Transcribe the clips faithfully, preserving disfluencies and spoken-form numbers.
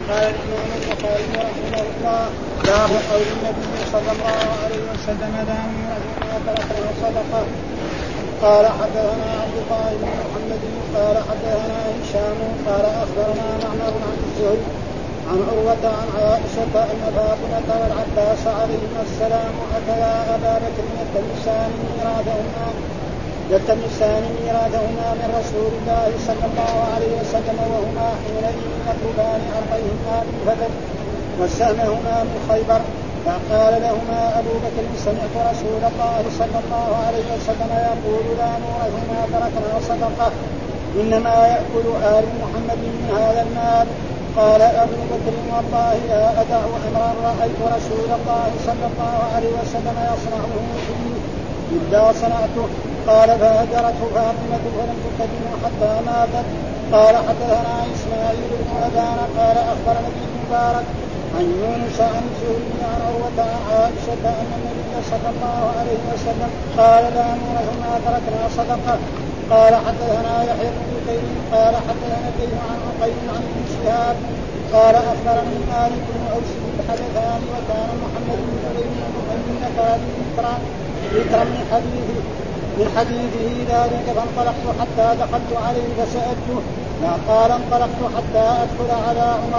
قال الإمام البخاري رحمه الله باب قول النبي صلى الله عليه وسلم دعوا رجلا تركه صدقة. قال حدثنا عبد الله بن محمد قال حدثنا هشام قال أخبرنا معمر عن الزهري عن عروة عن عائشة أن فاطمة والعباس عليهما السلام أتيا أبا بكر يلتمسان ميراثهما يلتمسان ميراثهما من رسول الله صلى الله عليه وسلم وهما حينئذ يطلبان عرضيهما بالفتح وسهمهما من خيبر. فقال لهما أبو بكر سمعت رسول الله صلى الله عليه وسلم يقول لا نورث ما تركنا صدقة إنما يأكل آل محمد من هذا المال. قال أبو بكر والله لا أدع أمرا رأيت رسول الله صلى الله عليه وسلم يصنعه فيه إلا صنعته. قال فهجرته فاطمة فلم تكلمه حتى ماتت. قال حدثنا إسماعيل بن أبان قال أخبرنا ابن مبارك عن يونس عن الزهري عن عروة عن عائشة أن النبي صلى الله عليه وسلم قال لا نورث ما تركنا صدقة. قال حدثنا يحيى بن بكير قال حدثنا الليث عن عقيل عن ابن شهاب قال أخبرني مالك بن أوس الحدثان وكان محمد بن علي بن كان ذكرا من حديثه من حديثه ذلك فانطلقت حتى دخلت عليه فسألته. قال انطلقت حتى أدخل على عمر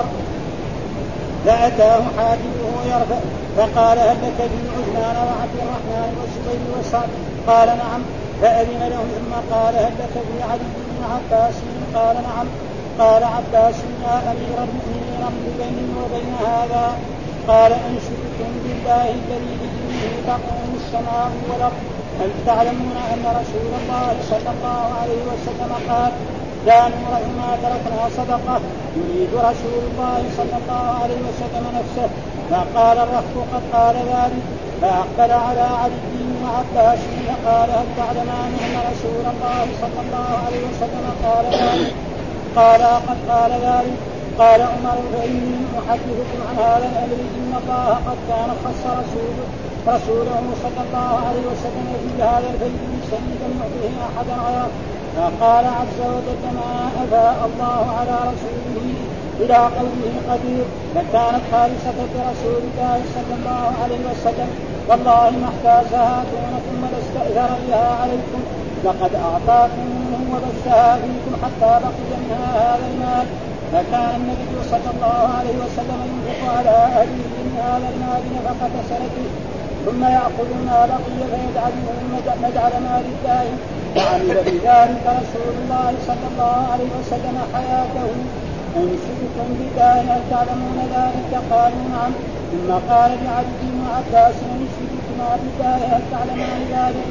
فأتاه حاجبه يرفع فقال هل لك بن عثمان وعبد الرحمن والزبير وسعد؟ قال نعم. فأذن له ثم قال هل لك في علي بن عباس؟ قال نعم. قال عباس يا أمير المؤمنين امضي بيني وبين هذا. قال أنشدكم بالله الذي بيده تقوم السماء والأرض هل تعلمون أن رسول الله صلى الله عليه وسلم قال لا نورث ما تركنا صدقة يريد رسول الله صلى الله عليه وسلم نفسه. فقال الرهط قد قال ذلك. فأقبل على علي وعباس فقال هل تعلمان أن رسول الله صلى الله عليه وسلم قال ذلك؟ قال قد قال ذلك. قال عمر فإني أحدثكم عن هذا الأمر إن الله قد كان خص رسوله رسوله صلى الله عليه وسلم في هذا البيت سيدا يعطيه أحدا غيره. فقال عز وجل ما أفاء الله على رسوله إلى قوله قدير فكانت خالصة برسول الله صلى الله عليه وسلم والله ما احتاجها دونكم ولاستأثر بها عليكم لقد أعطاكم وبثها فيكم حتى بقي منها هذا المال. فكان النبي صلى الله عليه وسلم ينفق على أهله من هذا المال نفقة سنته ثم يأخذ ما بقي فيجعله مجعل مال الله. وعمل بذلك رسول الله صلى الله عليه وسلم حياته. أنشدكم بالله هل تعلمون ذلك؟ قالوا نعم. ثم قال لعبد بن عباس أنشدكما بالله هل تعلمون ذلك؟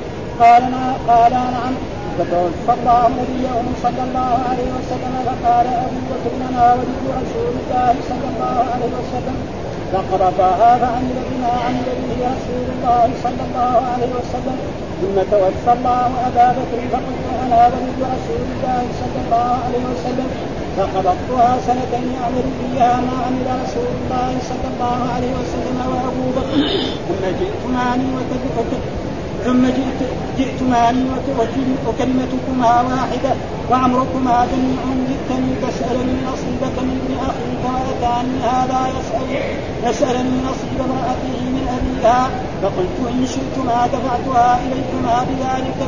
قالا نعم. فتوفى الله نبيه صلى الله عليه وسلم فقال أبو بكر لنا ولي رسول الله صلى الله عليه وسلم فقرضها فعمل بما عمل به رسول الله صلى الله عليه وسلم. ثم توفى الله أبا بكر فقلت أنا ولي رسول الله صلى الله عليه وسلم فقبضتها سنتين أعمل فيها ما عمل رسول الله صلى الله عليه وسلم وأبو بكر. ثم جئتماني وتبقت ثم جئت جئتماني وكلمتكما واحدة وعمركما جميع. جئتني تسألني نصيبك من ابن أخيك وأتاني هذا يسأل يسألني نصيب امرأته من أبيها. فقلت إن شئتما دفعتها إليكما بذلك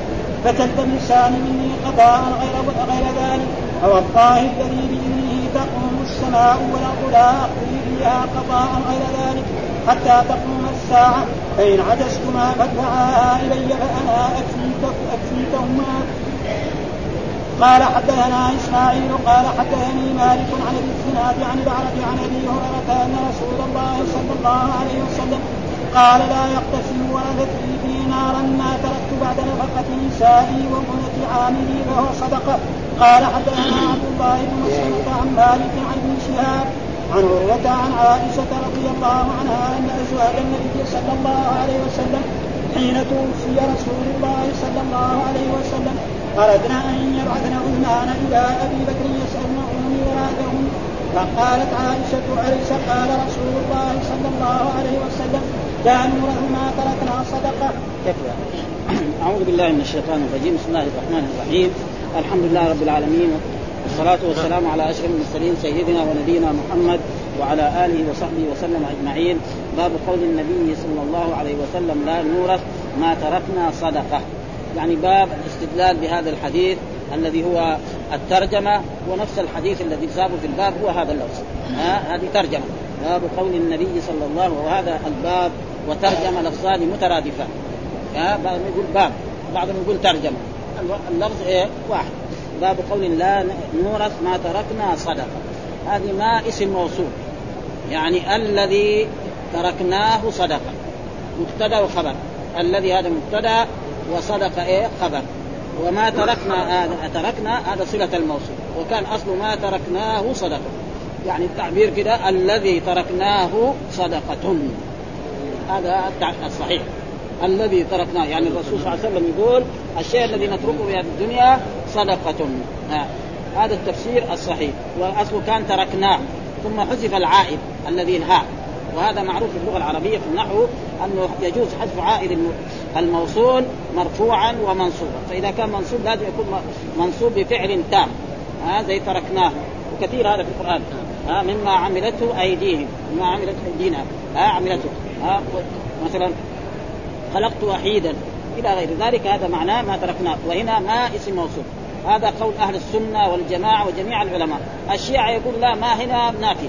فتلتمسان مني قضاء غير, غير ذلك. فوالله الذي بإذنه تقوم السماء والأرض لا أقضي فيها قضاء غير ذلك حتى تقوم الساعة. فإن عجزتما فادفعاها إلي فأنا أكفيكهما. قال حدثنا إسماعيل قال حدثني مالك عن ابي الزناد عن الأعرج عن أبي هريرة أن رسول الله صلى الله عليه وسلم قال لا يقتسم ورثتي في نارا ما تركت بعد نفقة نسائي وابنة عاملي فهو صدقة. قال حدثنا عبد الله بن مسلمة عن مالك عن ابن شهاب عن عروة عن عائشة رضي الله عنها أن أزواج النبي صلى الله عليه وسلم حين توفي رسول الله صلى الله عليه وسلم أردنا أن يبعثن عثمان إلى أبي بكر يسألنه ميراثهم. فقالت عائشة أليس قال رسول الله صلى الله عليه وسلم لا نورث ما تركنا صدقة. أعوذ بالله من الشيطان الرجيم. بسم الله الرحمن الرحيم. الحمد لله رب العالمين والصلاة والسلام على أشرف المرسلين سيدنا ونبينا محمد وعلى آله وصحبه وسلم أجمعين. باب قول النبي صلى الله عليه وسلم لا نورث ما تركنا صدقة، يعني باب الاستدلال بهذا الحديث الذي هو الترجمة، ونفس الحديث الذي سابه في الباب هو هذا اللفظ. ها هذه ترجمة باب قول النبي صلى الله عليه وسلم، وهذا الباب وترجمة لفظان مترادفان. ها بعضهم يقول باب، بعضهم يقول ترجمة، اللفظ ايه واحد. باب قول لا نورث ما تركنا صدقة، هذه ما اسم موصول، يعني الذي تركناه صدقة، مبتدا وخبر. الذي هذا مبتدا وصدقة ايه خبر، وما تركنا هذا تركنا هذا صلة الموصول، وكان أصل ما تركناه صدقة، يعني التعبير كده الذي تركناه صدقة، هذا الصحيح. الذي تركناه يعني الرسول صلى الله عليه وسلم يقول الشيء الذي نتركه في هذه الدنيا صدقة، هذا التفسير الصحيح. والأصل كان تركناه ثم حذف العائد الذي الهاء، وهذا معروف في اللغة العربية في النحو أنه يجوز حذف عائد الموصول مرفوعا ومنصوبا، فإذا كان منصوب لازم يكون منصوب بفعل تام، ها زي تركناه، وكثير هذا في القرآن. ها مما عملته أيديهم، مما عملته أيدينا ها عملته، ها مثلا خلقت وحيدا إلى غير ذلك، هذا معناه ما تركناه. وهنا ما اسم موصول، هذا قول أهل السنة والجماعة وجميع العلماء. الشيعة يقول لا ما هنا نافية،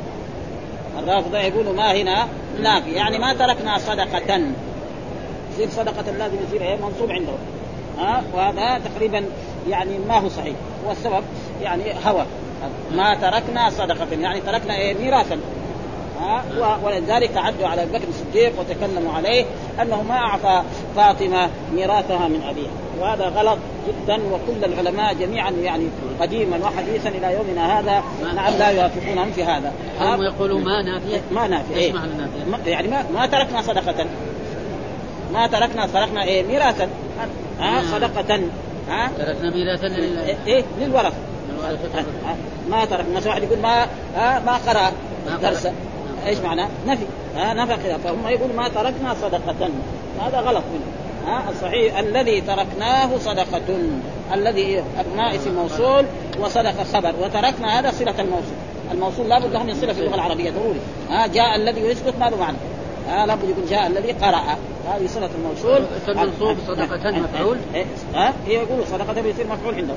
الرافضة يقولوا ما هنا نافية، يعني ما تركنا صدقة، يصير صدقة لازم يصير ايه منصوب عنده، ها وهذا تقريبا يعني ما هو صحيح. والسبب يعني هوى، ما تركنا صدقة يعني تركنا ايه ميراثا، ها ولذلك تعدوا على بكر الصديق وتكلموا عليه أنه ما أعطى فاطمة ميراثها من أبيها، وهذا غلط جدا. وكل العلماء جميعا يعني قديما وحديثا إلى يومنا هذا نعم لا يوافقونهم في هذا، هم يقولوا ما نافية، ما نافية إيه؟ يعني ما, ما تركنا صدقة، ما تركنا تركنا إيه ميراثا، ها صدقة، ها تركنا ميراثا لل... إيه للورثة. ما ترك مثلا واحد يقول ما ها ما قرأ درسا، ايش معناه نفي، ها نفي، فهم يقول ما تركنا صدقة، هذا غلط منه. ها الصحيح الذي تركناه صدقة، الذي ما اسم موصول وصدقة خبر، وتركنا هذا صلة الموصول. الموصول لا بد له من صلة في اللغة العربية ضروري. ها جاء الذي يسكت ما له معنى، ها لا بد يكون جاء الذي قرأ، هذه صلة الموصول. المنصوب صدقة مفعول، ها هي يقولوا صدقة بيصير مفعول عندهم.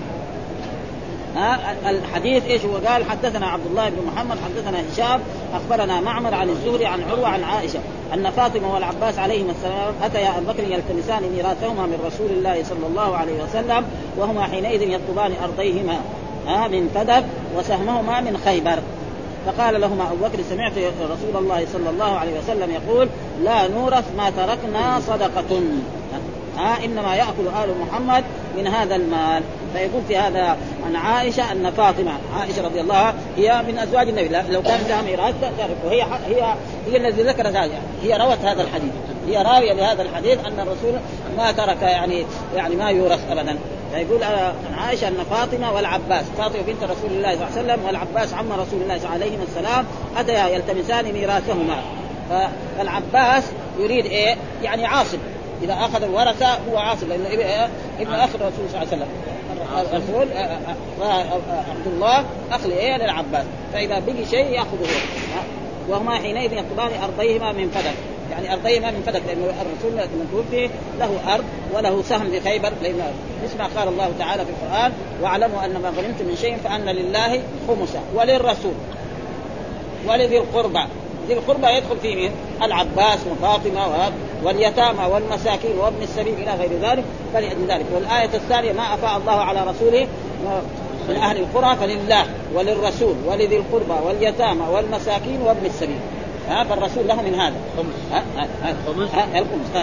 ها الحديث ايش هو؟ قال حدثنا عبد الله بن محمد حدثنا هشام اخبرنا معمر عن الزهري عن عروة عن عائشة ان فاطمة والعباس عليهما السلام اتيا ابي بكر يلتمسان ميراثهما من رسول الله صلى الله عليه وسلم، وهما حينئذ يطلبان ارضيهما ها من فدك وسهمهما من خيبر. فقال لهما ابو بكر سمعت رسول الله صلى الله عليه وسلم يقول لا نورث ما تركنا صدقة، ها إنما يأكل آل محمد من هذا المال. فيقول في هذا عن عائشة أن فاطمة عائشة رضي الله عنها هي من أزواج النبي، لو كان لها ميراث تعرف، وهي هي هي الذي ذكرت هذا، هي روت هذا الحديث، هي راوية لهذا الحديث أن الرسول ما ترك يعني يعني ما يورث أبدا. فيقول عن عائشة أن فاطمة والعباس، فاطمة بنت رسول الله صلى الله عليه وسلم والعباس عم رسول الله عليه السلام أتيا يلتمسان ميراثهما. فالعباس يريد إيه يعني عاصب، إذا أخذ الورثة هو عاصب، لأنه ابن أخ الرسول صلى الله عليه وسلم، الرسول عبد الله أخ إيه للعباس، فإذا بقي شيء يأخذه. وهما حينئذ يطلبان أرضيهما من فدك، يعني أرضيهما من فدك، لأن الرسول من توفي له أرض وله سهم بخيبر، لأن اسمع قال الله تعالى في القرآن واعلموا أن ما غنمتم من شيء فأن لله خمسه وللرسول ولذي القربى. ذي القربى يدخل فيه من العباس وفاطمة واليتامى والمساكين وابن السبيل إلى غير ذلك، فلأجل ذلك. والآية الثانية ما أفاء الله على رسوله من أهل القرى فلله وللرسول ولذي القربى واليتامى والمساكين وابن السبيل، ها فالرسول له من هذا ها ها الخمس،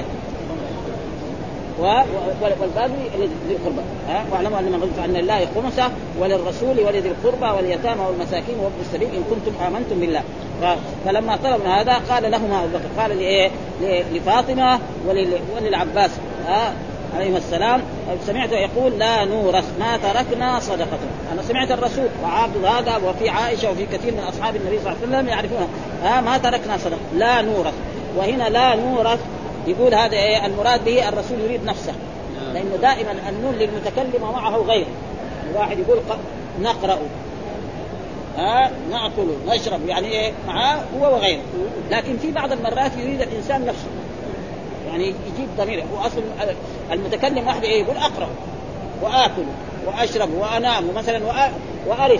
والباقي للقربى. ها واعلموا ان ما غنمتم فان لله خمسه وللرسول ولذي القربى واليتامى والمساكين وابن السبيل ان كنتم امنتم بالله. فلما طلبوا هذا قال لهما ابو بكر، قال لايه لفاطمه وللعباس ها عليه السلام سمعته يقول لا نورث ما تركنا صدقة. أنا سمعت الرسول وعابد هذا وفي عائشة وفي كثير من أصحاب النبي صلى الله عليه وسلم يعرفونها ها ما تركنا صدقة لا نورث. وهنا لا نورث يقول هذا إيه المراد به الرسول يريد نفسه، لأنه دائما النون للمتكلم ومعه غيره. واحد يقول نقرأ ها نأكل نشرب يعني إيه معاه هو وغيره. لكن في بعض المرات يريد الإنسان نفسه يعني يجيب ضميره. هو أصل المتكلم واحد إيه يقول أقرأ وآكل وأشرب وأنام مثلا وأرث،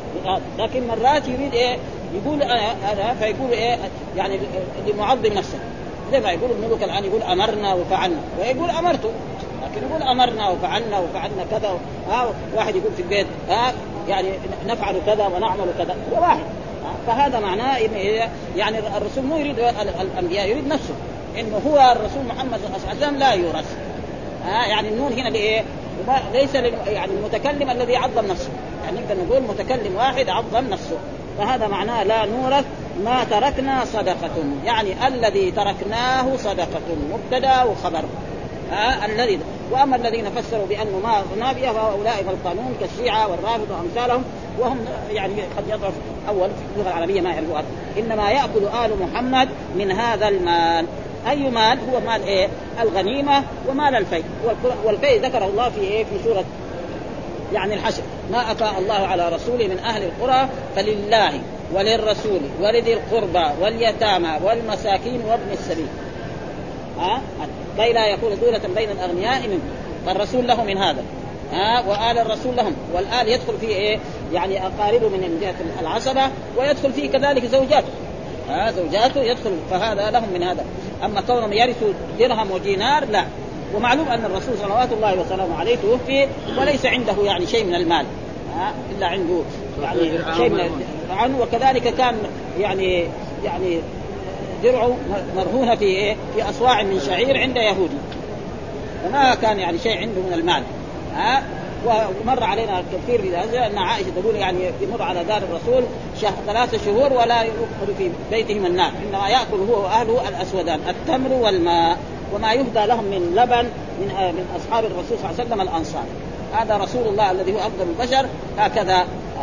لكن مرات يريد إيه يقول أنا أنا فيقول إيه يعني لمعظم نفسه، زي ما يقول الملوك الآن يقول أمرنا وفعلنا، ويقول أمرته لكن يقول أمرنا وفعلنا وفعلنا كذا. ها واحد يقول في البيت ها يعني نفعل كذا ونعمل كذا، هو واحد. فهذا معناه إن يعني الرسول مو يريد الأنبياء، يريد نفسه، إنه هو الرسول محمد صلى الله عليه وسلم لا يورث. ها يعني النون هنا لإيه؟ ليس يعني المتكلم الذي عظم نفسه، يعني نقدر نقول متكلم واحد عظم نفسه، فهذا معناه لا نورث ما تركنا صدقة، يعني الذي تركناه صدقة مبتدا وخبر. ها الذي واما الذين فسروا بانه ما ما فيها فاولئك القانون كالشيعة والرافضة وامثالهم، وهم يعني قد يضعف اول في اللغة العربية ما يعرفوا. انما ياكل آل محمد من هذا المال. اي مال؟ هو مال ايه؟ الغنيمة ومال الفيء. والفيء ذكره الله في ايه؟ في سورة يعني الحشر: ما أفاء الله على رسوله من أهل القرى فلله وللرسول ولذي القربى واليتامى والمساكين وابن السبيل، ها كي لا يكون دولة بين الأغنياء منهم. فالرسول له من هذا، ها وآل الرسول لهم، والآل يدخل فيه إيه؟ يعني أقاربه من جهة العصبة، ويدخل فيه كذلك زوجاته، ها زوجاته يدخل، فهذا لهم من هذا. أما كونهم يرثوا درهم ودينار لا. ومعلوم أن الرسول صلوات الله وسلامه عليه توفي وليس عنده يعني شيء من المال، ها إلا عنده يعني شيء من عنه. وكذلك كان يعني يعني درعه مرهونة في إيه؟ في أصواع من شعير عند يهودي، فما كان يعني شيء عنده من المال. ها ومر علينا كثير في هذا أن عائشة تقول يعني يمر على دار الرسول شهر ثلاثة شهور ولا يدخل في بيتهم النار، إنما يأكل هو وأهله الأسودان التمر والماء وما يهدى لهم من لبن من من أصحاب الرسول صلى الله عليه وسلم الأنصار. هذا رسول الله الذي هو أفضل البشر هكذا.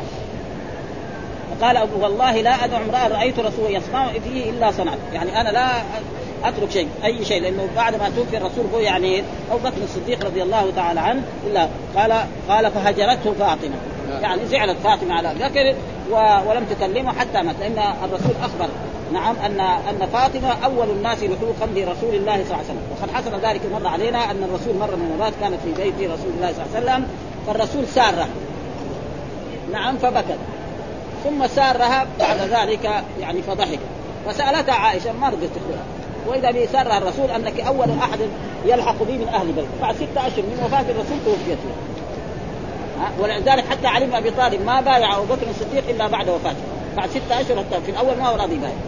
قال أبو والله لا أدع امرأ رأيت رسول يصنع فيه إلا صنعت، يعني أنا لا أترك شيء أي شيء، لأنه بعد ما توفي الرسول هو يعني أبو بكر الصديق رضي الله تعالى عنه إلا قال قال فهجرته فاطمة، يعني زعلت فاطمة على ذكر ولم تكلمه حتى مات، لأن الرسول أخبر نعم أن أن فاطمة أول الناس لحوقا برسول الله صلى الله عليه وسلم. وقد حصل ذلك مر علينا أن الرسول مر من المرات كانت في بيت رسول الله صلى الله عليه وسلم، فالرسول ساره نعم فبكت، ثم سارها بعد ذلك يعني فضحك، فسألتها عائشة ما رضت تخبرها، وإذا بيسارها الرسول أنك أول أحد يلحق بي من أهل بيت. بعد ستة أشهر من وفاة الرسول توفيت، ولذلك حتى علي بن أبي طالب ما بايع أبو بكر الصديق إلا بعد وفاته، بعد ستة أشهر. في الأول ما هو راضي بايع،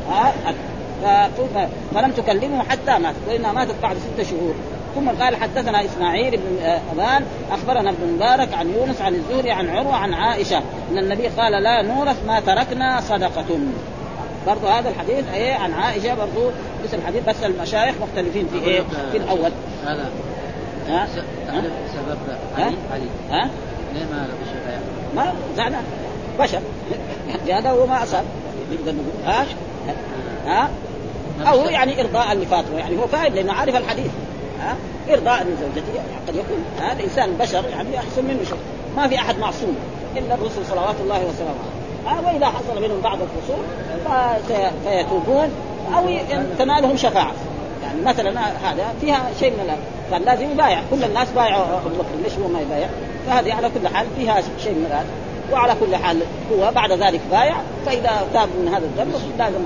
ها فلم تكلمه حتى مات، وإنها ماتت بعد ستة شهور. ثم قال حدثنا إسماعيل بن أبان أخبرنا ابن مبارك عن يونس عن الزهري عن عروة عن عائشة أن النبي قال لا نورث ما تركنا صدقة. برضو هذا الحديث إيه عن عائشة برضو بس الحديث، بس المشايخ مختلفين في إيه في الأول. هذا ها سبب علي علي ها ليه ما له شفاعة؟ ما زعنا بشر هذا هو ما أصاب نقدر نقول ها ها أو يعني إرضاء لفاطمة، يعني هو فاعل لأنه عارف الحديث، ها إرضاء من زوجته قد يكون هذا إنسان بشر يعني أحسن منه شيء، ما في أحد معصوم إلا الرسل صلوات الله وسلامه عليه. ها وإذا حصل منهم بعض القصور فيتوبون أو تنالهم شفاعة، يعني مثلا هذا فيها شيء من الأمر كان لازم يبايع، كل الناس بايعوا أبو بكر ليش هو ما يبايع؟ فهذه على كل حال فيها شيء من هذا. وعلى كل حال هو بعد ذلك بايع، فإذا تاب من هذا الذنب لازم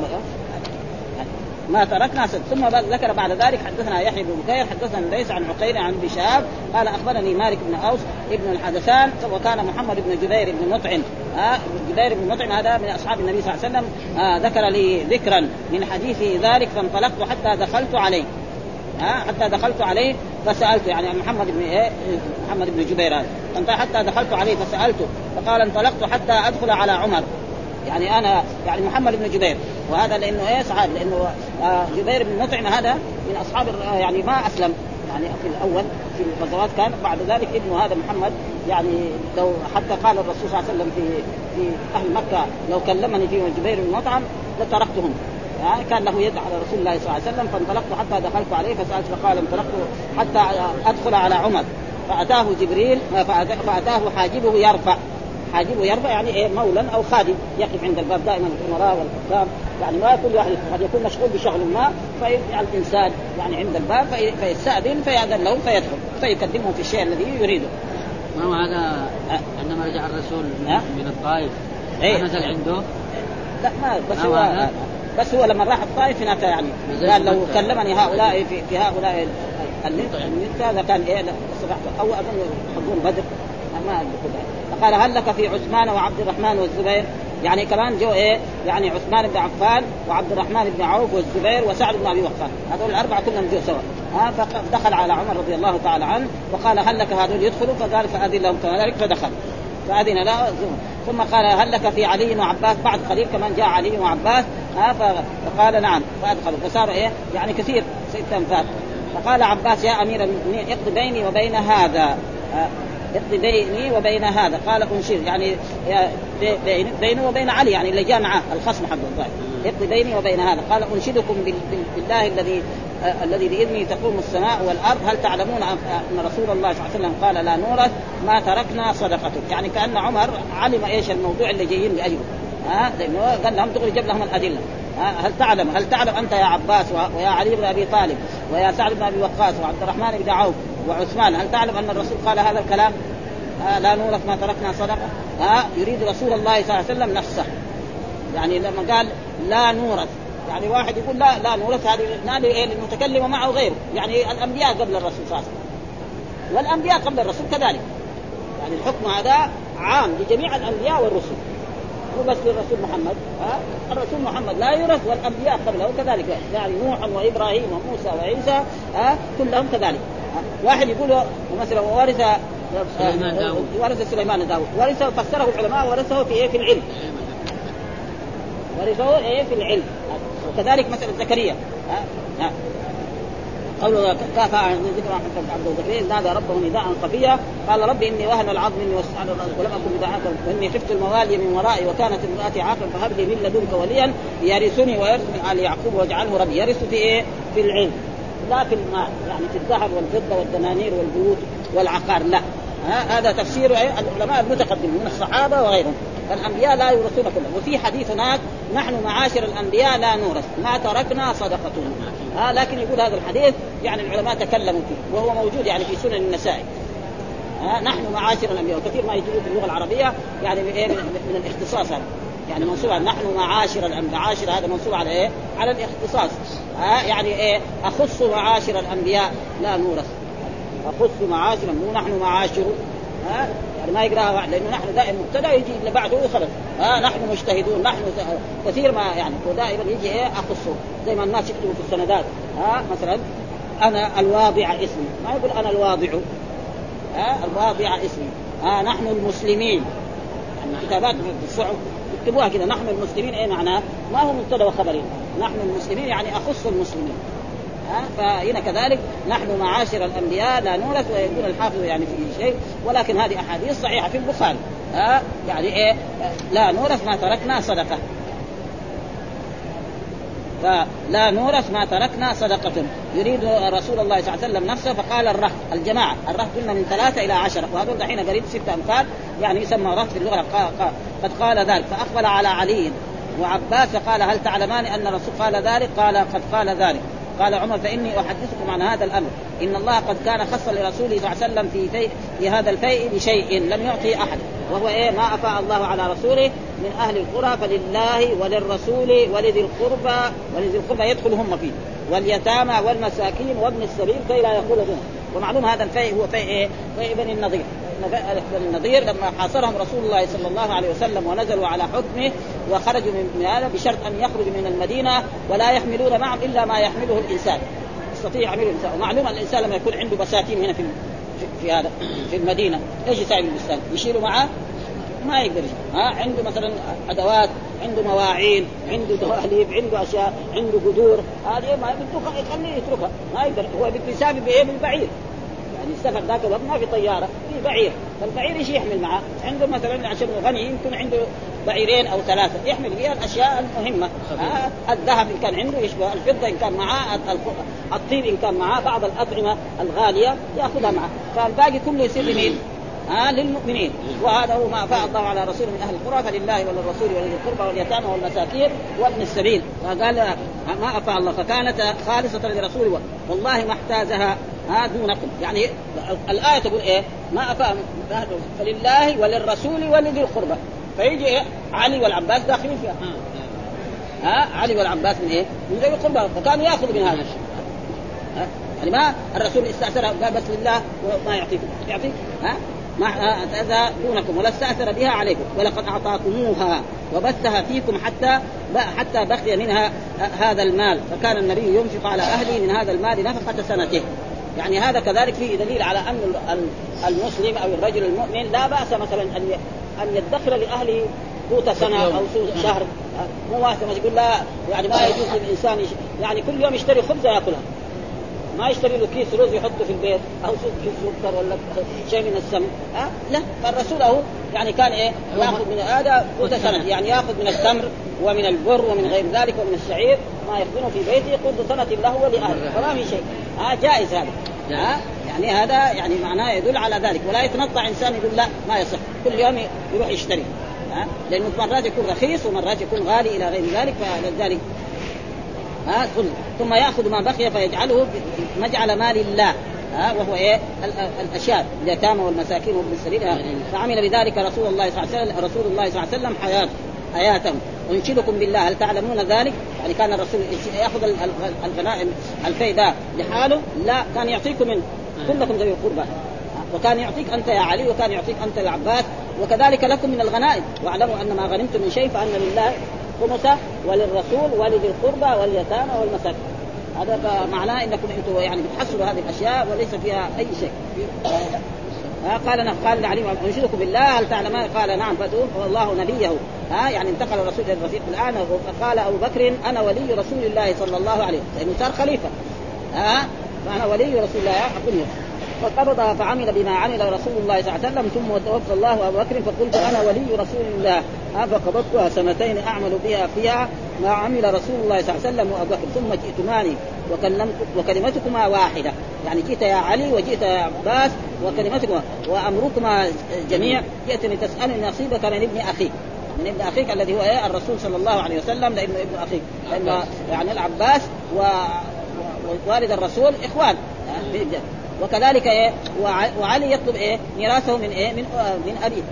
ما تركنا سد. ثم ذكر بعد ذلك حدثنا يحيى بن بكير حدثنا ليس عن عقيل عن بشاب قال أخبرني مالك بن أوس ابن الحدثان وكان محمد بن جبير بن مطعم. آه جبير بن مطعم هذا من أصحاب النبي صلى الله عليه وسلم. آه ذكر لي ذكرا من حديثه ذلك فانطلقت حتى دخلت عليه، آه حتى دخلت عليه فسألته، يعني محمد بن إيه محمد بن جبير هذا حتى دخلت عليه فسألته فقال انطلقت حتى أدخل على عمر، يعني أنا يعني محمد بن جبير، وهذا لأنه إيه صحابي، لأنه آه جبير بن مطعم هذا من أصحاب يعني ما أسلم يعني في الأول في الغزوات، كان بعد ذلك ابنه هذا محمد يعني لو حتى قال الرسول صلى الله عليه وسلم في في أهل مكة لو كلمني فيه جبير بن مطعم لتركتهم، يعني كان له يد على رسول الله صلى الله عليه وسلم. فانطلقت حتى دخلت عليه فسألت فقال انطلقت حتى أدخل على عمر فأتاه جبريل فأتاه حاجبه يرفع، حاجبه يرفع يعني إيه مولا أو خادم يقف عند الباب دائما الأمراء والحكام، يعني ما كل واحد قد يكون مشغول بشغل ما، فيجعل الإنسان يعني عند الباب في فيستأذن فيأذن له فيدخل فيقدمه في الشيء الذي يريده. ما هو هذا عندما رجع الرسول من الطائف إيه؟ نزل عنده؟ لا ما بس هو بس هو لما راح الطائف هناك يعني قال لو كلمني هؤلاء في, في هؤلاء النت هذا كان إيه أو أظن حضور بدر ما فقال هل لك في عثمان وعبد الرحمن والزبير، يعني كمان جو إيه يعني عثمان بن عفان وعبد الرحمن بن عوف والزبير وسعد بن أبي وقاص هذول الأربعة كلهم جو سوا. ها فدخل على عمر رضي الله تعالى عنه وقال هل لك هذول يدخلوا، فقال فأذن لهم كذلك فدخل فأذن له. ثم قال هل لك في علي وعباس، بعد قليل كمان جاء علي وعباس ها فقال نعم فأدخلوا فصار إيه يعني كثير ستة أنفار. فقال عباس يا أمير المؤمنين اقض بيني وبين هذا، اقض بيني وبين هذا. قال انشر يعني بينه وبين علي يعني اللي جاء معه الخصم حق الظاهر، اقض بيني وبين هذا. قال انشدكم بالله الذي الذي بإذنه تقوم السماء والأرض هل تعلمون أن رسول الله صلى الله عليه وسلم قال لا نورث ما تركنا صدقة، يعني كأن عمر علم إيش الموضوع اللي جايين لأجله. ها قال لهم تقول جاب لهم الأدلة. هل تعلم هل تعلم أنت يا عباس ويا علي بن أبي طالب ويا سعد بن أبي وقاص وعبد الرحمن بن عوف وعثمان هل تعلم أن الرسول قال هذا الكلام لا نورث ما تركنا صدقة؟ ها يريد رسول الله صلى الله عليه وسلم نفسه، يعني لما قال لا نورث يعني واحد يقول لا لا نورث هذه نال إيه المتكلم معه غيره، يعني الأنبياء قبل الرسول صلى الله عليه وسلم والأنبياء قبل الرسول كذلك، يعني الحكم هذا عام لجميع الأنبياء والرسل مو بس للرسول محمد. ها الرسول محمد لا يورث والأنبياء قبله كذلك، يعني نوح وإبراهيم وموسى وعيسى ها كلهم كذلك. واحد يقول مثلا ورث سليمان داود ورث سليمان داود ورثه فسره العلماء ورثه في إيه في العلم، ورثه إيه في العلم. وكذلك مثلا زكريا ها ها قوله كافى عن ذكر عبد زكريا نادى ربه نداء خفيا قال ربي إني وهن العظم مني واستعان الرأس ولم أكن بدعاءك وإني خفت الموالي من ورائي وكانت امرأتي عاقرا فهب لي من لدنك وليا يرثني ويرث من آل يعقوب واجعله ربي يرث في إيه في العلم لا في المال، يعني في الذهب والفضة والدنانير والبيوت والعقار لا. ها هذا تفسير العلماء المتقدمين من الصحابة وغيرهم. الأنبياء لا يورثون كلهم. وفي حديث هناك نحن معاشر الأنبياء لا نورث ما تركنا صدقتنا. ها لكن يقول هذا الحديث يعني العلماء تكلموا فيه وهو موجود يعني في سنن النسائي. ها نحن معاشر الأنبياء وكثير ما يجوز في اللغة العربية يعني من, إيه من الاختصاص هذا يعني منصوب على نحن معاشر الأنبياء. معاشر هذا منصوب على إيه على الاختصاص. ها يعني إيه أخص معاشر الأنبياء لا نورث أخص معاشر مو نحن معاشر. ها يعني ما يقراها لأنه نحن دائما مبتدأ يجي اللي بعده وخلص. ها نحن مجتهدون نحن كثير ما يعني ودائما يجي إيه أخصه زي ما الناس يكتبوا في السندات. ها مثلا أنا الواضع اسمي ما يقول أنا الواضع. ها الواضع اسمي. ها نحن المسلمين يعني كتابات في الصعب يكتبوها كذا نحن المسلمين إيه معناه ما هو مبتدأ وخبرين نحن المسلمين يعني أخص المسلمين. فهنا كذلك نحن معاشر الأنبياء لا نورث ويكون الحافظ يعني في شيء ولكن هذه أحاديث صحيحة في البخاري. ها يعني إيه لا نورث ما تركنا صدقة فلا نورث ما تركنا صدقة يريد رسول الله صلى الله عليه وسلم نفسه. فقال الرهط الجماعة الرهط قلنا من ثلاثة إلى عشرة وهذول دحين قريب ستة أمثال يعني يسمى رهط في اللغة. قد قال ذلك فأقبل على علي وعباس فقال هل تعلمان أن الرسول قال ذلك؟ قال قد قال ذلك. قال عمر فإني أحدثكم عن هذا الأمر إن الله قد كان خص لرسوله صلى الله عليه وسلم في, في, في هذا الفيء بشيء لم يعطي أحد وهو إيه ما أفاء الله على رسوله من أهل القرى فلله وللرسول ولذي القربى ولذي القربى يدخل هم فيه واليتامى والمساكين وابن السبيل كي لا يقول دون. ومعلوم هذا الفيء هو فيء إيه فيء بني النضير. بني النضير لما حاصرهم رسول الله صلى الله عليه وسلم ونزلوا على حكمه وخرجوا من هذا بشرط أن يخرجوا من المدينة ولا يحملون معهم إلا ما يحمله الإنسان يستطيع يحمله الإنسان. ومعلوم الإنسان لما يكون عنده بساتين هنا في في هذا في المدينة ايش يساوي الإنسان يشيله معه ما يقدر. ها عنده مثلا أدوات عنده مواعين عنده دواليب عنده أشياء عنده قدور هذه ما يقدر يخليه يتركها ما يقدر. هو بيسافر بإيه بالبعير يعني السفر ذاك الوقت ما في طيارة في بعير فالبعير ايش يحمل معه عنده مثلا عشان غني يمكن عنده بعيرين أو ثلاثة يحمل فيها الأشياء المهمة. آه الذهب إن كان عنده يشبه الفضة إن كان معاه الطيب إن كان معاه بعض الأطعمة الغالية يأخذها معه فالباقي كله يصير لمين ها للمؤمنين، وهذا هو ما أفاء الله على رسول من أهل القرى فلله وللرسول ولذي القربى واليتامى والمساكين وابن السبيل. فقال ما أفاء الله فكانت خالصة لرسوله والله ما احتازها ها دونكم. يعني الآية تقول إيه؟ ما أفاء فلله وللرسول ولذي القربى، فيجي إيه؟ علي والعباس داخلين فيها. ها علي والعباس من إيه؟ من ذي القربى، فكانوا يأخذوا من هذا الشيء. يعني ما الرسول استأثر قال بس لله وما يعطيكم يعطيك ها ما هذا دونكم ولا استأثر بها عليكم ولقد أعطاكموها وبثها فيكم حتى حتى بقي منها هذا المال، فكان النبي ينفق على أهله من هذا المال نفقة سنته. يعني هذا كذلك فيه دليل على أن المسلم أو الرجل المؤمن لا بأس مثلا أن أن يدخر لأهله قوت سنة أو شهر، مو واحد ما يقول لا يعني ما يجوز للإنسان يعني كل يوم يشتري خبز يأكلها، ما يشتري له كيس رز يحطه في البيت أو كيس سكر ولا شيء من السمن أه؟ لا، فالرسول هو يعني كان إيه يأخذ من هذا قوت سنة، يعني يأخذ من التمر ومن البر ومن غير ذلك ومن الشعير ما يخزنه في بيته قوت سنة له ولأهله، فما في شيء ها جائز هذا ها. يعني هذا يعني معناه يدل على ذلك، ولا يتنطع إنسان يقول لا ما يصح كل يوم يروح يشتري ها، لأنه مرات يكون رخيص ومرات يكون غالي إلى غير ذلك. فلذلك ها ثم يأخذ ما بقي فيجعله مجعل مال الله ها وهو إيه الأشياء اليتامى والمساكين وابن السبيل. فعمل بذلك رسول الله صلى الله عليه وسلم رسول الله صلى الله عليه وسلم حياة حياتهم. أنشدكم بالله هل تعلمون ذلك؟ يعني كان الرسول يأخذ الغنائم الفيداء لحاله؟ لا، كان يعطيكم من كلكم ذوي القربى، وكان يعطيك أنت يا علي وكان يعطيك أنت يا عباس، وكذلك لكم من الغنائم. واعلموا أن ما غنمتم من شيء فأن لله خمسه وللرسول ولذي القربى واليتامى والمساكين. هذا معناه انكم انتم يعني بتحصلوا هذه الاشياء وليس فيها اي شيء. قال نعم قال لعلي انشدكم بالله هل تعلمون؟ قال نعم فدوه والله نبيه. ها يعني انتقل الرسول الى الرفيق الان، فقال ابو بكر انا ولي رسول الله صلى الله عليه وسلم، لانه صار خليفه. ها فانا ولي رسول الله حقني. فقبض فعمل بما عمل رسول الله صلى الله عليه وسلم ثم توفى الله ابو بكر، فقلت انا ولي رسول الله فقبضتها سنتين اعمل بها فيها ما عمل رسول الله صلى الله عليه وسلم وابو بكر، ثم جئتماني وكلمتكما واحده، يعني جئت يا علي وجئت يا عباس وكلمتكما وامركما جميع، جئتني تسالني نصيبك من ابن اخيك من ابن اخيك الذي هو ايه الرسول صلى الله عليه وسلم، لانه ابن اخيك، لان يعني العباس ووالد الرسول اخوان. وكذلك ايه وعلي يطلب ايه ميراثه من ايه من من ابيه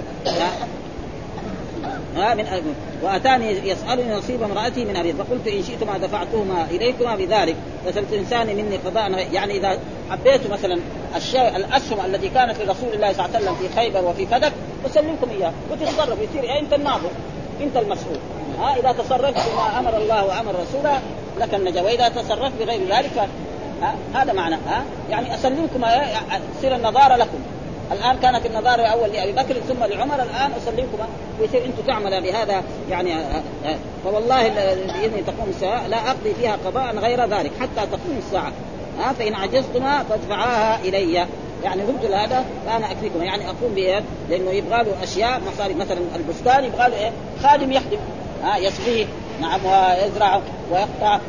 ها من أبيه. واتاني يسالني نصيب امراتي من ابيه، فقلت ان شئتما دفعتهما اليكما بذلك فسلت انسان مني قضاء. يعني اذا حبيت مثلا الشيء الاسهم التي كانت لرسول الله صلى الله عليه وسلم في خيبر وفي فدك اسلمكم اياه وتتصرف، يصير إيه انت الناظر انت المسؤول. ها اذا تصرفت بما امر الله وامر رسوله لك النجاه، واذا تصرفت بغير ذلك ها هذا معنى ها يعني اسلمكم تصير النظاره لكم. الان كانت النظاره اول لابي بكر ثم لعمر، الان اسلمكم ويصير انتم تعمل بهذا يعني. فوالله باذن تقوم الساعه لا اقضي فيها قضاء غير ذلك حتى تقوم الساعه. ها فان عجزتما فادفعاها الي، يعني ردوا هذا فانا اكفيكم، يعني اقوم بها، لانه يبغى له اشياء مصاري، مثلا البستان يبغى له ايه خادم يخدم ها يسقيه نعم ويزرع ويقطع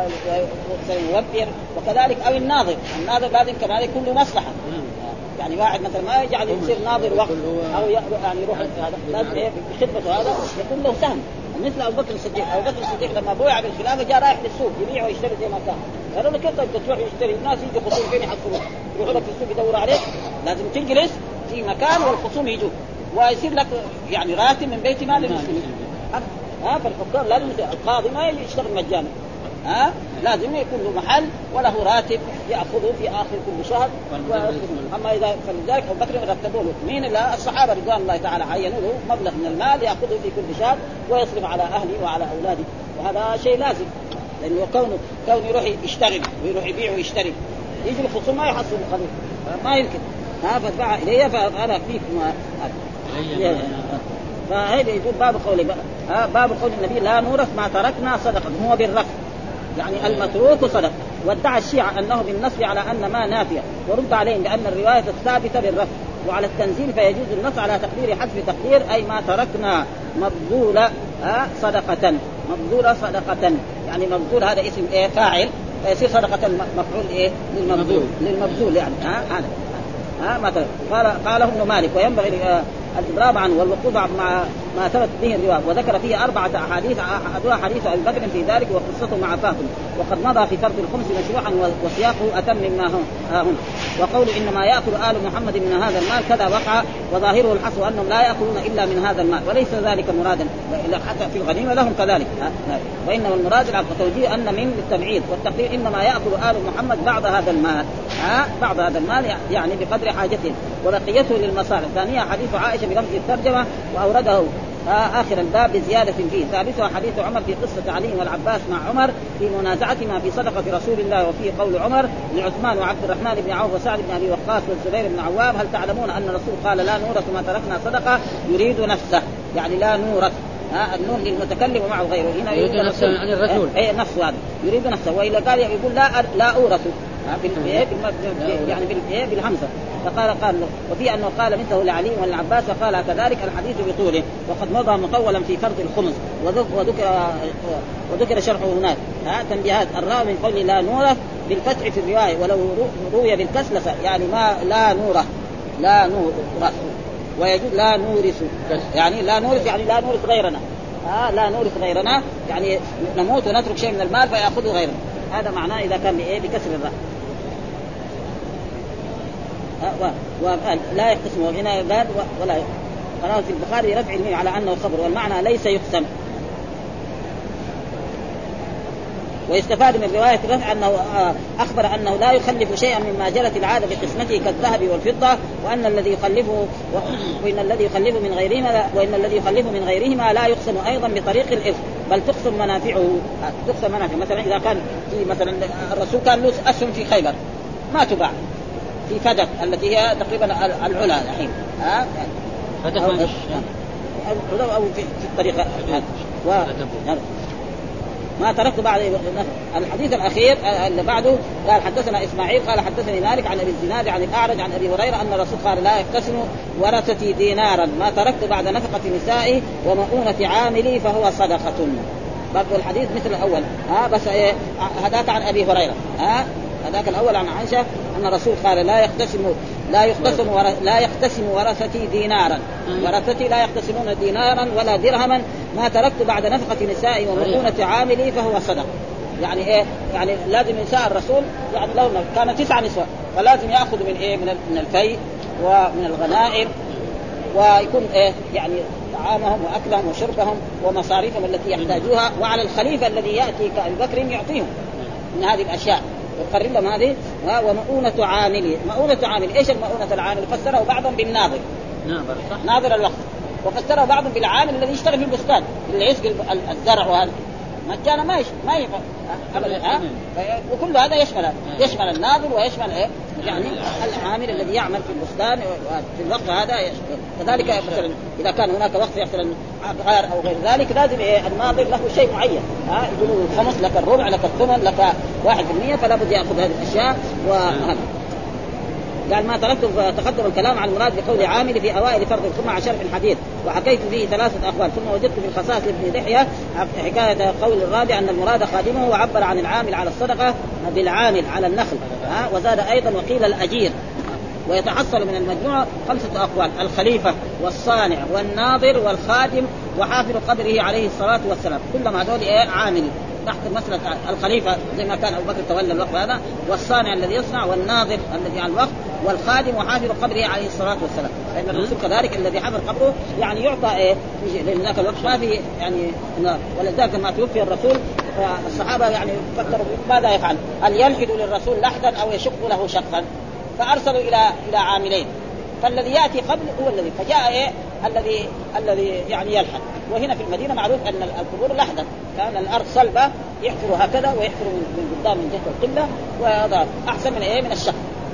ويوفر، وكذلك او الناظر الناظر لازم كمان يكون له مصلحه. يعني واحد مثلا ما يجعل يصير ناظر وقت او يعني يروح هذا لازم ايه بخدمته هذا يكون له سهم. مثل ابو بكر الصديق ابو بكر الصديق لما بويع بالخلافه جاء رايح للسوق يبيع ويشتري زي ما كان، قالوا له كيف طيب تروح يشتري؟ الناس يجوا خصوم فين يحصلون؟ يروحوا لك في السوق يدوروا عليك، لازم تجلس في مكان والخصوم يجوا ويصير لك يعني راتب من بيت مال المسلمين. ها فالحكام لازم القاضي ما يشتغل مجانا، ها لازم يكون له محل وله راتب ياخذه في اخر كل شهر. اما اذا فلذلك ابو بكر رتبوا له مين لا الصحابه رضوان الله تعالى عينوا له مبلغ من المال ياخذه في كل شهر ويصرف على اهله وعلى اولاده، وهذا شيء لازم، لانه كونه كونه يروح يشتغل ويروح يبيع ويشتري يجي الخصوم ما يحصل القانون ما يمكن. ها فادفع الي فانا فيكم هذا. فهذا يقول باب قول باب قول النبي لا نورث ما تركنا صدقه، هو بالرفع يعني المتروك صدقه. وادعى الشيعة أنه بالنصب على أن ما نافية، ورد عليهم بأن الرواية الثابتة بالرفع، وعلى التنزيل فيجوز النص على تقدير حذف تقدير أي ما تركنا مبذولة صدقة مبذولة صدقة، يعني مبذول هذا اسم إيه فاعل فيصير صدقة مفعول إيه للمبذول للمبذول يعني ها هذا. ها ما قال قاله ابن مالك وينبغي الإضراب عنه والوقوف مع ما ثبت به الرواية. وذكر فيه أربعة أحاديث أحدها حديث أبي بكر في ذلك وقصته مع فاطمة وقد مضى في فرض الخمس مشروعا وسياقه أتم مما ها هنا. وقول إنما يأكل آل محمد من هذا المال كذا وقع وظاهره الحصر أنهم لا يأكلون إلا من هذا المال وليس ذلك مرادا حتى في الغنيمة لهم كذلك. وإنما المراد التوجيه أن من التبعيد والتقدير إنما يأكل آل محمد بعض هذا المال ها بعض هذا المال يعني بقدر حاجتهم وبقيته للمصالح. ثانيا حديث عائشة بلفظ الترجمة وأورده آخر الباب بزيادة فيه. ثالثها حديث عمر في قصة علي والعباس مع عمر في منازعتهما في صدقة رسول الله وفيه قول عمر لعثمان وعبد الرحمن بن عوف وسعد بن أبي وقاص والزبير بن عوام هل تعلمون أن الرسول قال لا نورث ما تركنا صدقة يريد نفسه يعني لا نورث ها النون للمتكلم ومعه غيره هنا يريد نفسه عن الرسول اي نفسه هذا يريد نفسه وإلا قال يقول لا لا أورث يعني بالهمزة فقال قال وفي أنه قال مثله لعلي والعباس وقال كذلك الحديث بطوله وقد مضى مطولا في فرض الخمس وذكر وذكر شرحه هناك. ها تنبيهات الراوي من قول لا نورث بالفتح في الرواية ولو روي بالكسر يعني ما لا نورث لا نورث ويجوز لا نورث يعني لا نورث يعني لا نورث غيرنا ها لا نورث غيرنا يعني نموت ونترك شيء من المال فيأخذه غيرنا هذا معناه إذا كان بإيه بكسر الراء ولا يقسم هنا قال ولا قال في البخاري رفع الميم على أنه خبر والمعنى ليس يقسم. ويستفاد من رواية الرفع أنه أخبر أنه لا يخلف شيئا مما جرت العادة بقسمته كالذهب والفضة وأن الذي يخلفه وإن الذي يخلفه من غيرهما وإن الذي يخلفه من غيرهما لا يقسم أيضا بطريق الإرث بل تقسم منافعه تقسم منافعه. مثلا إذا كان في مثلا الرسول كان له أسهم في خيبر ما تباع في فدك التي هي تقريبا العلا الحين ها فدك أو, أو في الطريقة ما تركت بعد الحديث الأخير اللي بعده قال حدثنا إسماعيل قال حدثني مالك عن أبي الزناد عن الأعرج عن أبي هريرة أن الرسول قال لا يقتسم ورثتي دينارا ما تركت بعد نفقة نسائي ومؤونة عاملي فهو صدقة. برضو الحديث مثل الأول ها بس إيه هذاك عن أبي هريرة ها هذاك الأول عن عائشة أن الرسول قال لا يقتسم لا يقتسم لا يقتسم ورثتي دينارا ورثتي لا يقتسمون دينارا ولا درهما ما تركت بعد نفقة نسائي ومؤونة عاملي فهو صدقة. يعني إيه يعني لازم نساء الرسول يعني لو كان تسع نسوة فلازم يأخذ من إيه من من الفي ومن الغنائم ويكون إيه يعني طعامهم وأكلهم وشربهم ومصاريفهم التي يحتاجوها وعلى الخليفة الذي يأتي كأبي بكر يعطيهم من هذه الأشياء وقرر لهم هذه. ومؤونة عامل مؤونة عامل ايش المؤونة العامل فسره بعضهم بالناظر ناظر صح ناظر الوقت وفسره بعضهم بالعامل الذي يشتغل في البستان اللي يسقي الزرع وهذا مجانا ما يش ما ينفع ابدا ها وكل هذا يشمل يشمل الناظر ويشمل ايه يعني العامل الذي يعمل في البستان في الوقت هذا يشمل. كذلك مثلا اذا كان هناك وقت يحصل غير او غير ذلك لازم إيه الناظر له شيء معين ها يقولوا الخمس لك الربع لك الثمن لك واحد بالمية فلا بد ياخذ هذه الاشياء وهذا يعني ما تركت تقدم الكلام عن المراد بقول عامل في اوائل فرض الخمس عشر في الحديث وحكيت فيه ثلاثه اقوال ثم وجدت في الخصائص لابن دحية حكايه قول الرابع ان المراد خادمه وعبر عن العامل على الصدقه بالعامل على النخل ها وزاد ايضا وقيل الاجير. ويتحصل من المجموعه خمسه اقوال الخليفه والصانع والناظر والخادم وحافظ قدره عليه الصلاه والسلام كلهم هذول ايه عامل تحت مسألة الخليفة زي ما كان أبو بكر تولى الوقت هذا والصانع الذي يصنع والناظر الذي على الوقت والخادم وحافظ قبره عليه الصلاة والسلام. لأن الرسول كذلك الذي حفظ قبره يعني يعطى إيه لأن ذاك الوقت ما في يعني ولذلك لما توفي الرسول الصحابة يعني فكروا ماذا يفعل هل يلحد للرسول لحدا أو يشق له شقا فأرسلوا إلى إلى عاملين فالذي يأتي قبل هو الذي فجاء إيه الذي الذي يعني يلحد. وهنا في المدينة معروف أن القبور لحدا كان الأرض صلبة يحفروا هكذا ويحفروا من قدام من جهة القبلة وهذا أحسن من إيه من الشق.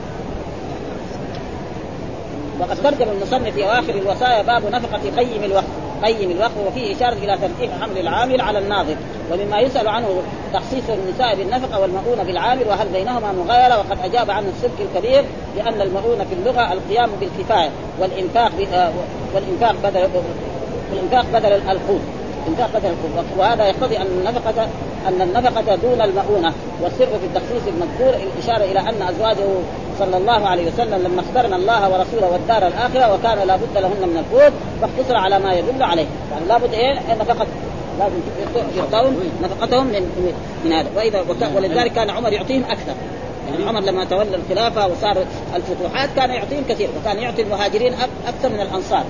وقد ترجم المصنف في آخر الوصايا باب نفقة قيم الوقت قيم الوقت وفيه إشارة إلى ترتيب حمل العامل على الناظر. ومما يسأل عنه تخصيص النساء بالنفقة والمؤونة بالعامل وهل بينهما مغايرة وقد أجاب عنه السلك الكبير لأن المؤونة في اللغة القيام بالكفاية والإنفاق والإنفاق بدل والإنفاق بدل القوت إنفاق بدل القوت وهذا يقتضي أن النفقة أن النفقة دون المؤونة، والسر في التخصيص المذكور الإشارة إلى أن أزواجه صلى الله عليه وسلم لما اخترنا الله ورسوله والدار الآخرة وكان لا بد لهن من القوت، فاختصر على ما يدل عليه، يعني لا بد إيه النفقة لازم يعطون نفقتهم من من هذا. وإذا ولذلك كان عمر يعطيهم أكثر، يعني عمر لما تولى الخلافة وصار الفتوحات كان يعطيهم كثير، وكان يعطي المهاجرين أكثر من الأنصار.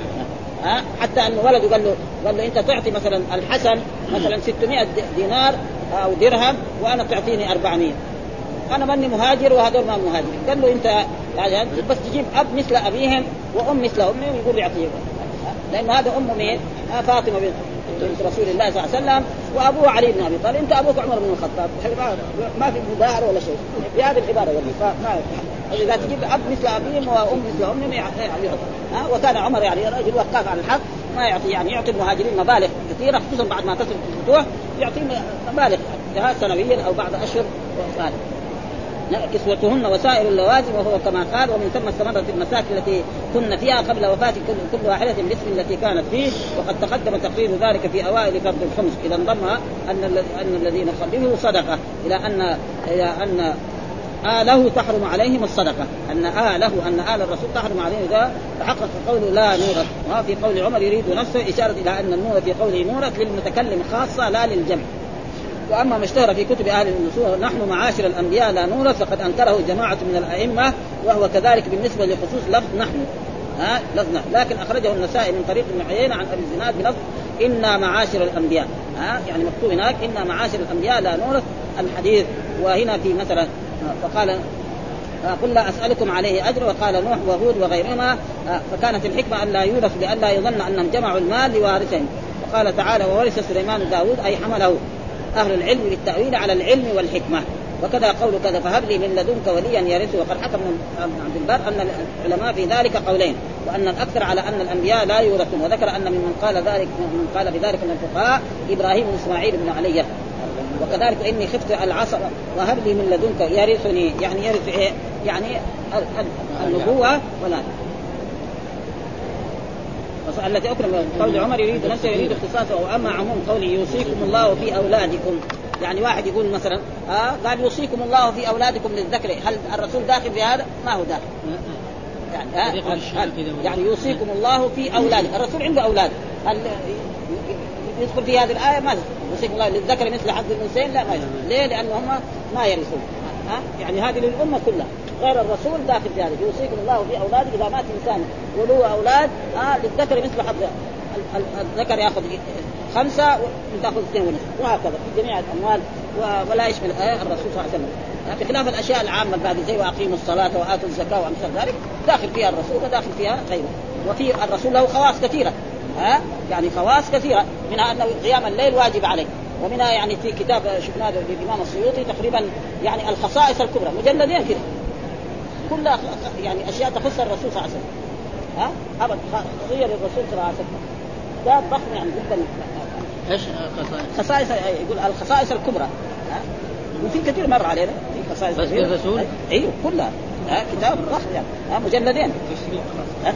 ها حتى أن ولده قال له قال له أنت تعطي مثلا الحسن مثلا ستمائة دينار أو درهم وأنا تعطيني أربعمائة، أنا ماني مهاجر وهذول ما مهاجرين. قال له أنت يعني بس تجيب أب مثل أبيهم وأم مثل أمهم يقول يعطيهم، لأن هذا أم مين؟ فاطمة بنت رسول الله صلى الله عليه وسلم وأبوه علي بن أبي طالب، أنت أبوك عمر بن الخطاب، ما في مداهر ولا شيء بهذه العبارة يعني. فما إذا تجيب أب مثل أبيهم وأم مثل أمهم يعطي. ها وكان عمر يعني رجل وقاف على الحق، ما يعطي يعني يعطي المهاجرين مبالغ كثيرة، خصوصا بعد ما تصل الفتوح يعطي مبالغ جهاز سنويا أو بعد أشهر وفعل. كسوتهن وسائر اللوازم، وهو كما قال ومن ثم استمرت المساكن التي كن فيها قبل وفاة كل, كل واحدة باسم التي كانت فيه، وقد تقدم تقرير ذلك في أوائل فرض الخمس. إذا انضم أن أن الذين خلفه صدقة إلى أن إلى أن آله تحرم عليهم الصدقة، أن آله أن آل الرسول تحرم عليهم، إذا تحقق قوله لا نورث. وفي قول عمر يريد نفسه إشارة إلى أن النور في قوله نورث للمتكلم خاصة لا للجمع. وأما ما اشتهر في كتب أهل النصوص نحن معاشر الأنبياء لا نورث فقد أنكره جماعة من الأئمة، وهو كذلك بالنسبة لخصوص لفظ نحن. ها لفظ نحن، لكن أخرجه النسائي من طريق ابن عيينة عن أبي الزناد بلفظ إنا معاشر الأنبياء. ها يعني مكتوب هناك إنا معاشر الأنبياء لا نورث الحديث. وهنا في مثلا فقال قل لا أسألكم عليه أجر، وقال نوح وهود وغيرهما، فكانت الحكمة أن لا يورث لئلا يظن أنهم جمعوا المال لوارثهم. وقال تعالى وورث سليمان داود، أي حمله أهل العلم بالتأويل على العلم والحكمة. وكذا قول كذا فهب لي من لدنك وليا يرثه. وقد حكم ابن عبد البر أن العلماء في ذلك قولين، وأن الأكثر على أن الأنبياء لا يورثون. وذكر أن من قال ذلك من قال بذلك من الفقهاء إبراهيم وإسماعيل بن علي. وكذلك إني خفت العصر وهب لي من لدنك يرثني، يعني يرث إيه؟ يعني النبوة ولا التي أكرم. قول عمر يريد نفسه يريد اختصاصه. وأما عموم قوله يوصيكم الله في أولادكم، يعني واحد يقول مثلا آه قال يوصيكم الله في أولادكم للذكر، هل الرسول داخل في هذا؟ ما هو داخل. يعني آه يعني يوصيكم الله في أولادكم، الرسول عنده أولاد، هل يدخل في هذه الآية؟ ما يوصيكم الله للذكر مثل حظ الأنثيين، لا ما يدخل. ليه؟ لأنهم ما يرثون. ها يعني هذه للأمة كلها، غير الرسول داخل في هذا. يوصيكم الله في أولادك إذا مات إنسان ولو أولاد آه للذكر مثل حظ الذكر يأخذ خمسة وتأخذ اثنين ونصف، وهكذا في جميع الأموال، ولا يشمل آه الرسول صلى الله عليه وسلم. بخلاف الأشياء العامة بعد زي وأقيموا الصلاة وآتوا الزكاة وأمثال ذلك داخل فيها الرسول وداخل فيها غيره. وفي الرسول له خواص كثيرة، ها يعني خواص كثيرة، منها أنه قيام الليل واجب عليه، ومنها يعني في كتاب شفناه للإمام السيوطي تقريبا يعني الخصائص الكبرى مجلدين كده كلها يعني أشياء تخص الرسول صلى الله عليه وسلم. ها أبد خصوصية للرسول صلى الله عليه وسلم ده ضخم يعني جدا. إيش خصائص؟ يقول الخصائص الكبرى. ها وفي كثير مر علينا في خصائص بس الرسول أيوه كلها. ها كتاب ضخم يعني ها مجلدين. ها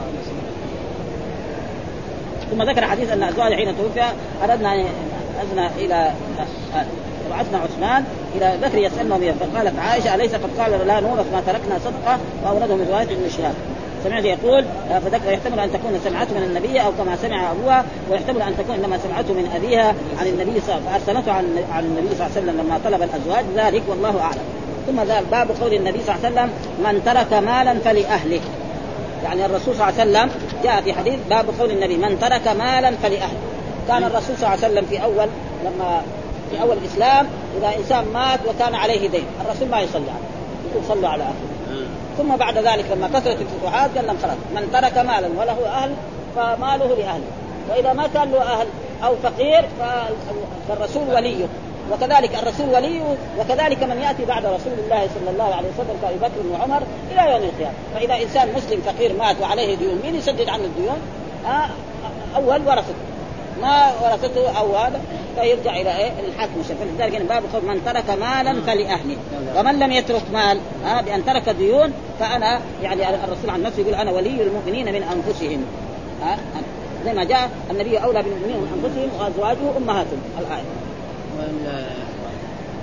ثم ذكر حديث أن أزواج حين توفي أردنا أذنا إلى بعثنا عثمان إلى ذكر يسألنا بها، فقالت عائشة أليس قد قال لا نورث ما تركنا صدقة؟ وأورده من رواية ابن شهاب. سمعت يقول فذكر يحتمل أن تكون سمعته من النبي أو كما سمع أبوها، ويحتمل أن تكون إنما سمعته من أبيها عن النبي صلى الله عليه وسلم، فأرسلته عن النبي صلى الله عليه وسلم لما طلب الأزواج ذلك، والله أعلم. ثم ذا باب قول النبي صلى الله عليه وسلم من ترك مالا فلأهله، يعني الرسول صلى الله عليه وسلم جاء في حديث باب قول النبي من ترك مالا فلأهله. كان الرسول صلى الله عليه وسلم في أول لما في أول الإسلام إذا إنسان مات وكان عليه دين الرسول ما يصلي عليه، يقول صلوا على أهله. ثم بعد ذلك لما كثرت الفتوحات قال لهم خلاص من ترك مالا وله أهل فماله لأهله، وإذا ما كان له أهل أو فقير فالرسول وليه، وكذلك الرسول وليه، وكذلك من يأتي بعد رسول الله صلى الله عليه وسلم كأبي بكر وعمر إلى يوم القيامة. فإذا إنسان مسلم فقير مات وعليه ديون مين يسدد عنه الديون؟ آه أول ورثته، ما ورثته أو هذا فيرجع إلى إيه الحاكم الشرعي. فلذلك باب قول من ترك مالا فلأهله، ومن لم يترك مال آه بأن ترك ديون فأنا يعني الرسول عن نفسه يقول أنا ولي المؤمنين من أنفسهم. آه زي ما جاء النبي أولى بالمؤمنين من أنفسهم وأزواجه أمهاتهم الآية.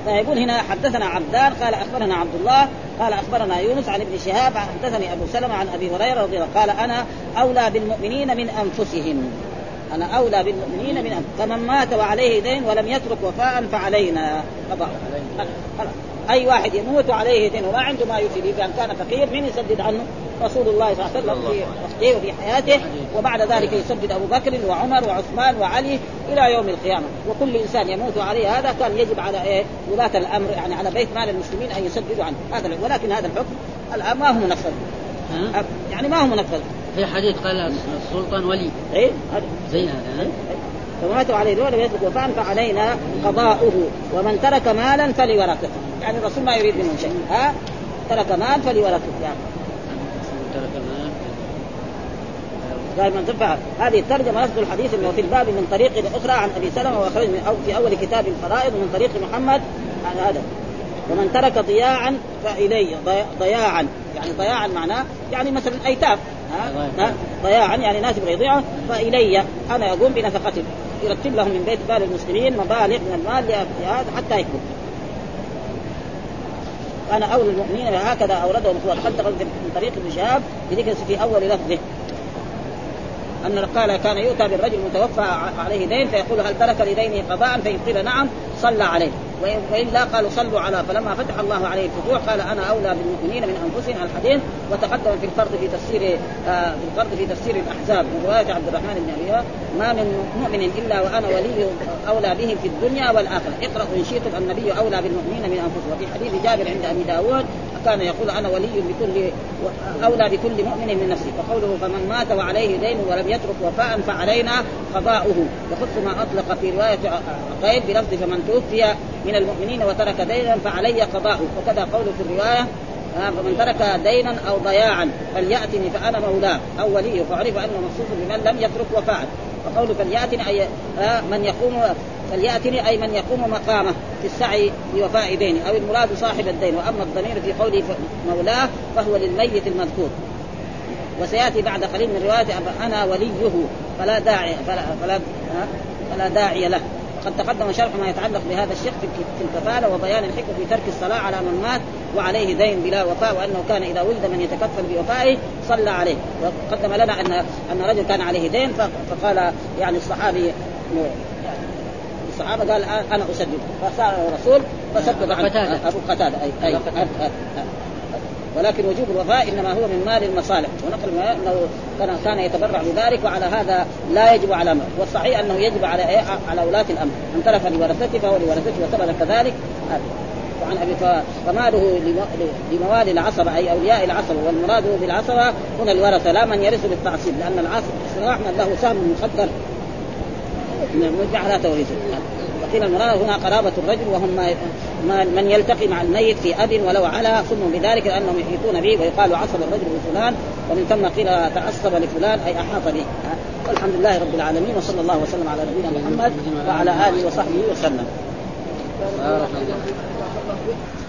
فيقول هنا حدثنا عبدان قال أخبرنا عبد الله قال أخبرنا يونس عن ابن شهاب حدثني أبو سلمة عن أبي هريرة رضي الله قال أنا أولى بالمؤمنين من أنفسهم أنا أولى بالمؤمنين من أنفسهم فمن مات وعليه دين ولم يترك وفاء فعلينا قضاء. أي واحد يموت عليه دين وما عنده ما يفيد كان كان فقير من يسدد عنه؟ رسول الله صلى الله عليه وسلم في وقته وفي حياته، وبعد ذلك يسدد أبو بكر وعمر وعثمان وعلي إلى يوم القيامة. وكل إنسان يموت عليه هذا كان يجب على إيه ولاة الأمر يعني على بيت مال المسلمين أن يسددوا عنه هذا. ولكن هذا الحكم الآن ما هو منفذ يعني ما هو منفذ. في حديث قال السلطان ولي إيه زي هذا فماتوا عليه دول يترك وفاء فعلينا قضاؤه ومن ترك مالا فلورثته. يعني الرسول ما يريد منه شيء ها ترك مال فلورثته يعني ترك مال دائما تنفع. هذه الترجمة لفظ الحديث انه في الباب من طريق أخرى عن أبي سلمة وأخرج من أو في أول كتاب الفرائض من طريق محمد عن هذا. ومن ترك ضياعا فإلي ضياعا يعني ضياعا معناه يعني مثلا أيتام ها ضياعا يعني ناس يضيعوا فإلي أنا أقوم بنفقته يرتب لهم من بيت مال المسلمين مبالغ من المال لهذا حتى يكبر. أنا أولى المؤمنين هكذا أورده وقد من طريق ابن شهاب بذكر في أول لفظه أن قال كان يؤتى بالرجل متوفى عليه دين فيقول هل ترك لدينه قضاء فإن قيل نعم صلى عليه وإلا قالوا صلوا على. فلما فتح الله عليه الفتوح قال أنا أولى بالمؤمنين من أنفسهم الحديث. وتقدم في الفرض في تفسير آه في الفرض في تفسير الأحزاب من رواية عبد الرحمن بن أبي ما من مؤمن إلا وأنا ولي أولى به في الدنيا والآخرة. اقرأوا إن شئتم النبي أولى بالمؤمنين من أنفسهم. وفي حديث جابر عند أبي داود كان يقول أنا ولي بكل أولى بكل مؤمن من نفسه. فقوله فمن مات وعليه دين ولم يترك وفاء فعلينا قضاؤه يخص ما أطلق في رواية قيد بلفظ فمن توفي من المؤمنين وترك دينا فعلي قضاؤه. وكذا قوله في الرواية فمن ترك دينا أو ضياعا فليأتني فأنا مولاه أو وليه فعرف أنه مخصوص بمن لم يترك وفاء. فقوله فليأتني أي من يقوم فليأتني أي من يقوم مقامه في السعي لوفاء دينه أو المراد صاحب الدين. وأما الضمير في قوله مولاه فهو للميت المذكور. وسيأتي بعد قليل من رواية أنا وليه فلا داعي فلا, فلا, فلا داعي له. قد تقدم شرح ما يتعلق بهذا الشق في الكفالة وبيان الحكمة في ترك الصلاة على من مات وعليه دين بلا وفاء وأنه كان إذا ولد من يتكفل بوفائه صلى عليه. وقدم لنا أن أن رجل كان عليه دين فقال يعني الصحابي الصحابة قال أنا أسدد فصار الرسول فسدد عن أبو قتادة أي, أي, أي, أي ولكن وجوب الوفاء إنما هو من مال المصالح. ونقل أنه كان يتبرع بذلك وعلى هذا لا يجب على من. والصحيح أنه يجب على على ولاة الأمر من ترك لورثته فهو لورثته وثبت كذلك. وعن أبي فماله لموالي العصبة أي أولياء العصبة والمراد بالعصبة هنا الورثة لا من يرث بالتعصيب لأن العصبة أحمد له سهم مقدر نرجع لا تورثه. وقيل المراد هنا قرابة الرجل وهم من يلتقي مع الميت في أب ولو على ثم بذلك لأنهم يحيطون به ويقال عصب الرجل بفلان ومن ثم قيل تعصب لفلان أي أحاط به. والحمد لله رب العالمين وصلى الله وسلم على نبينا محمد وعلى آله وصحبه وسلم.